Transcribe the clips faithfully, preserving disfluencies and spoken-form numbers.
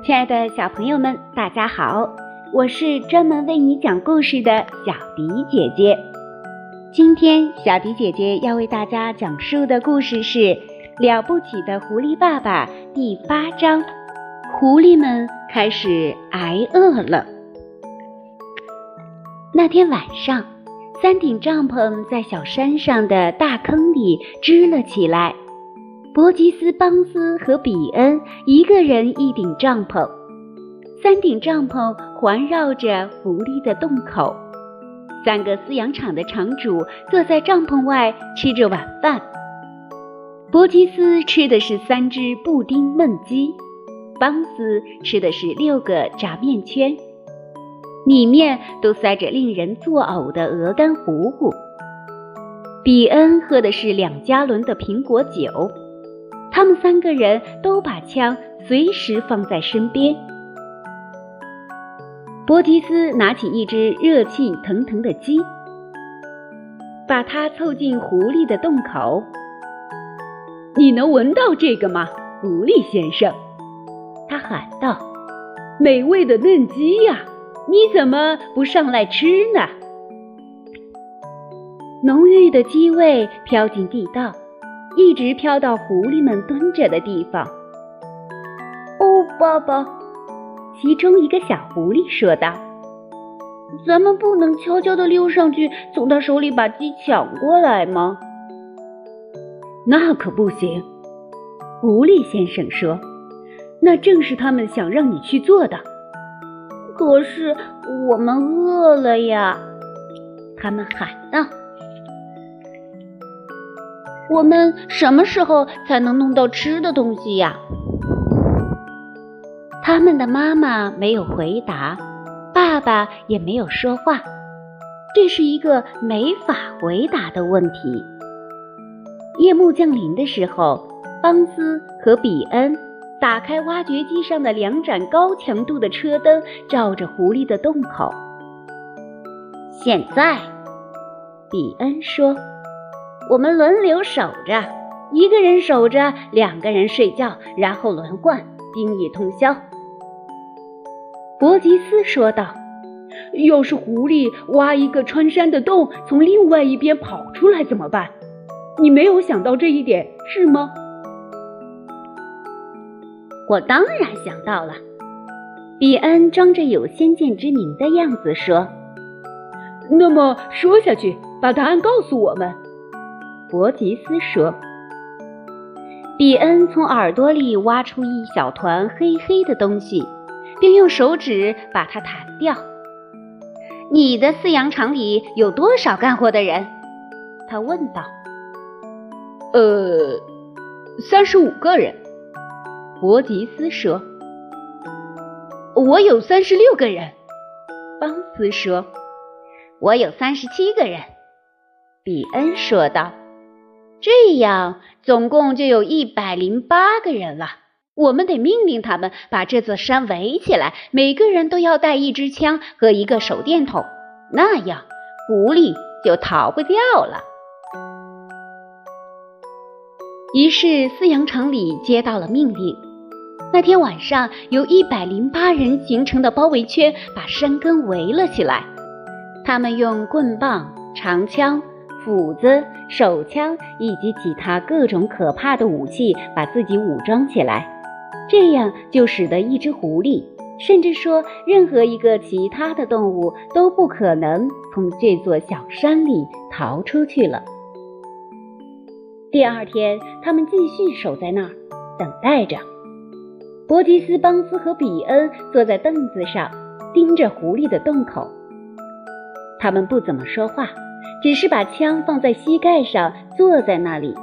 亲爱的小朋友们，大家好，我是专门为你讲故事的小迪姐姐。今天小迪姐姐要为大家讲述的故事是《了不起的狐狸爸爸》第八章，狐狸们开始挨饿了。那天晚上，三顶帐篷在小山上的大坑里支了起来。伯吉斯、邦斯和比恩一个人一顶帐篷，三顶帐篷环绕着狐狸的洞口。三个饲养场的场主坐在帐篷外吃着晚饭。伯吉斯吃的是三只布丁焖鸡，邦斯吃的是六个炸面圈，里面都塞着令人作呕的鹅肝糊糊。比恩喝的是两加仑的苹果酒。他们三个人都把枪随时放在身边。伯吉斯拿起一只热气腾腾的鸡，把它凑近狐狸的洞口。你能闻到这个吗，狐狸先生？他喊道。美味的嫩鸡呀，你怎么不上来吃呢？浓郁的鸡味飘进地道，一直飘到狐狸们蹲着的地方。哦，爸爸，其中一个小狐狸说道，咱们不能悄悄地溜上去，从他手里把鸡抢过来吗？那可不行，狐狸先生说，那正是他们想让你去做的。可是我们饿了呀，他们喊道。我们什么时候才能弄到吃的东西呀？他们的妈妈没有回答，爸爸也没有说话。这是一个没法回答的问题。夜幕降临的时候，邦斯和比恩打开挖掘机上的两盏高强度的车灯，照着狐狸的洞口。现在，比恩说，我们轮流守着，一个人守着，两个人睡觉，然后轮换，兵役通宵。伯吉斯说道，要是狐狸挖一个穿山的洞，从另外一边跑出来怎么办？你没有想到这一点，是吗？我当然想到了，比恩装着有先见之明的样子说。那么说下去，把答案告诉我们。伯吉斯说。比恩从耳朵里挖出一小团黑黑的东西，并用手指把它弹掉。你的饲养场里有多少干活的人？他问道。呃，三十五个人。伯吉斯说。我有三十六个人。邦斯说。我有三十七个人。比恩说道。这样总共就有一百零八个人了。我们得命令他们把这座山围起来，每个人都要带一支枪和一个手电筒，那样狐狸就逃不掉了。于是饲养场里接到了命令。那天晚上，由一百零八人形成的包围圈把山根围了起来。他们用棍棒、长枪、斧子、手枪以及其他各种可怕的武器把自己武装起来，这样就使得一只狐狸，甚至说任何一个其他的动物都不可能从这座小山里逃出去了。第二天，他们继续守在那儿，等待着。伯吉斯、邦斯和比恩坐在凳子上，盯着狐狸的洞口。他们不怎么说话，只是把枪放在膝盖上，坐在那里。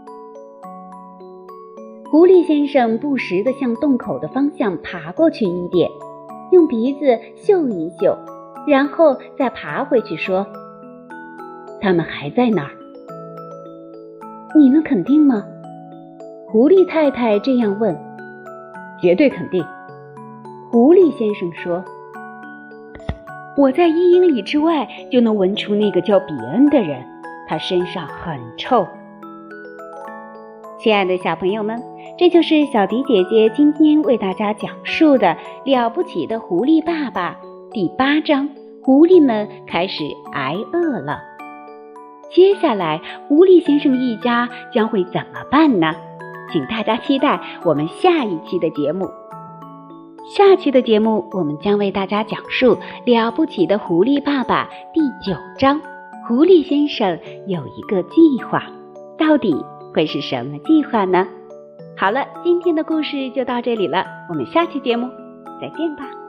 狐狸先生不时地向洞口的方向爬过去一点，用鼻子嗅一嗅，然后再爬回去说，他们还在那儿。你能肯定吗？狐狸太太这样问。绝对肯定。狐狸先生说，我在一英里之外就能闻出那个叫比恩的人，他身上很臭。亲爱的小朋友们， 这就是小迪姐姐今天为大家讲述的《了不起的狐狸爸爸》第八章，狐狸们开始挨饿了。接下来，狐狸先生一家将会怎么办呢？请大家期待我们下一期的节目。下期的节目，我们将为大家讲述《了不起的狐狸爸爸》第九章，狐狸先生有一个计划，到底会是什么计划呢？好了，今天的故事就到这里了，我们下期节目再见吧。